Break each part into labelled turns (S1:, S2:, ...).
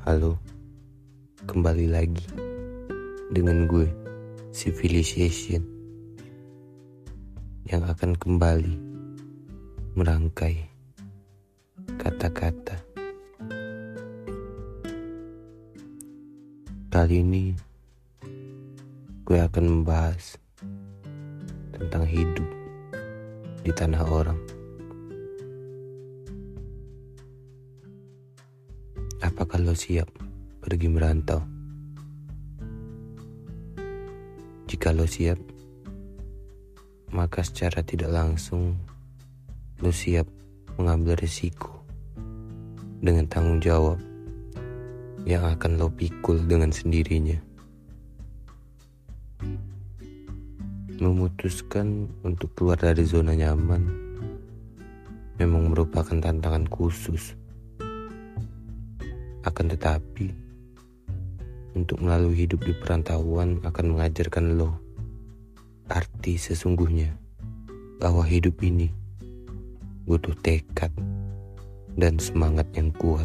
S1: Halo, kembali lagi dengan gue, Civilization, yang akan kembali merangkai kata-kata. Kali ini gue akan membahas tentang hidup di tanah orang. Apakah lo siap pergi merantau? Jika lo siap, maka secara tidak langsung lo siap mengambil risiko dengan tanggung jawab yang akan lo pikul dengan sendirinya. Memutuskan untuk keluar dari zona nyaman memang merupakan tantangan khusus. Akan tetapi, untuk melalui hidup di perantauan akan mengajarkan lo arti sesungguhnya bahwa hidup ini butuh tekad dan semangat yang kuat.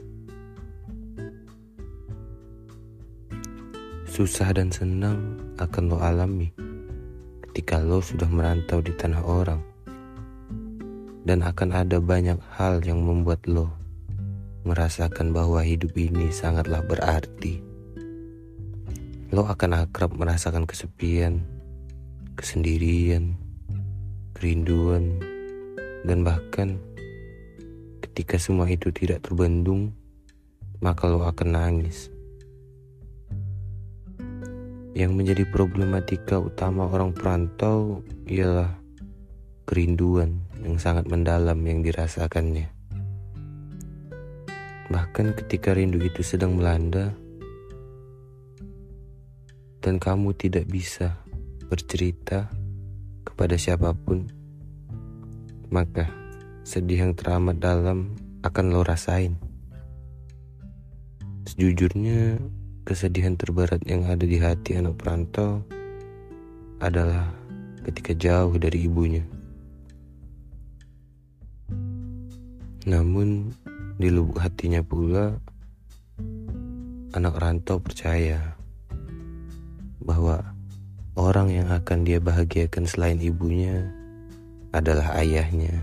S1: Susah dan senang akan lo alami ketika lo sudah merantau di tanah orang, dan akan ada banyak hal yang membuat lo merasakan bahwa hidup ini sangatlah berarti. Lo akan akrab merasakan kesepian, kesendirian, kerinduan, dan bahkan ketika semua itu tidak terbendung, maka lo akan nangis. Yang menjadi problematika utama orang perantau ialah kerinduan yang sangat mendalam yang dirasakannya. Bahkan ketika rindu itu sedang melanda dan kamu tidak bisa bercerita kepada siapapun, maka sedih yang teramat dalam akan lo rasain. Sejujurnya, kesedihan terberat yang ada di hati anak perantau adalah ketika jauh dari ibunya. Namun di lubuk hatinya pula, anak rantau percaya bahwa orang yang akan dia bahagiakan selain ibunya adalah ayahnya.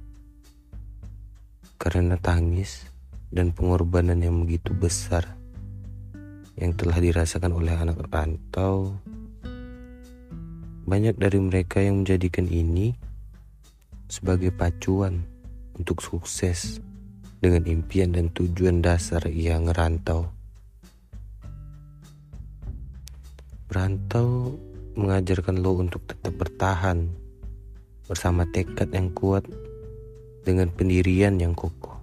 S1: Karena tangis dan pengorbanan yang begitu besar yang telah dirasakan oleh anak rantau, banyak dari mereka yang menjadikan ini sebagai pacuan untuk sukses dengan impian dan tujuan dasar ia ngerantau. Merantau mengajarkan lo untuk tetap bertahan bersama tekad yang kuat dengan pendirian yang kokoh.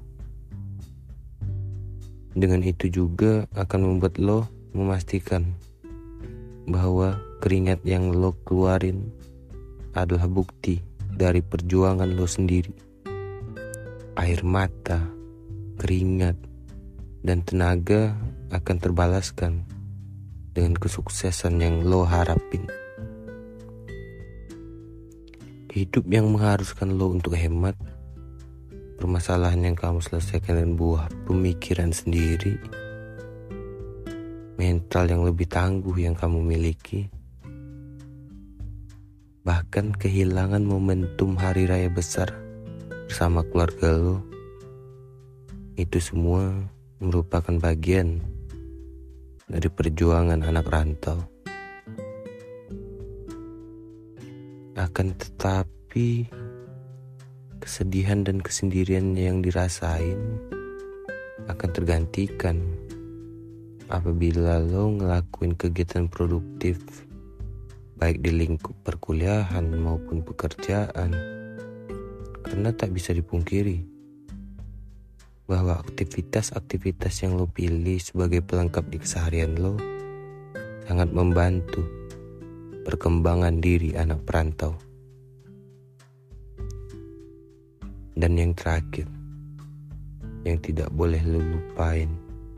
S1: Dengan itu juga akan membuat lo memastikan bahwa keringat yang lo keluarin adalah bukti dari perjuangan lo sendiri. Air mata, keringat, dan tenaga akan terbalaskan dengan kesuksesan yang lo harapin. Hidup yang mengharuskan lo untuk hemat, permasalahan yang kamu selesaikan dengan buah pemikiran sendiri, mental yang lebih tangguh yang kamu miliki, bahkan kehilangan momentum hari raya besar bersama keluarga lo, itu semua merupakan bagian dari perjuangan anak rantau. Akan tetapi, kesedihan dan kesendirian yang dirasain akan tergantikan apabila lo ngelakuin kegiatan produktif baik di lingkup perkuliahan maupun pekerjaan. Karena tak bisa dipungkiri bahwa aktivitas-aktivitas yang lo pilih sebagai pelengkap di keseharian lo sangat membantu perkembangan diri anak perantau. Dan yang terakhir, yang tidak boleh lo lupain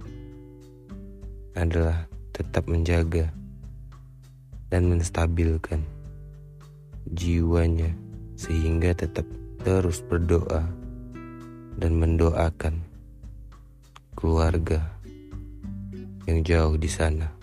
S1: adalah tetap menjaga dan menstabilkan jiwanya sehingga tetap terus berdoa dan mendoakan keluarga, yang jauh di sana.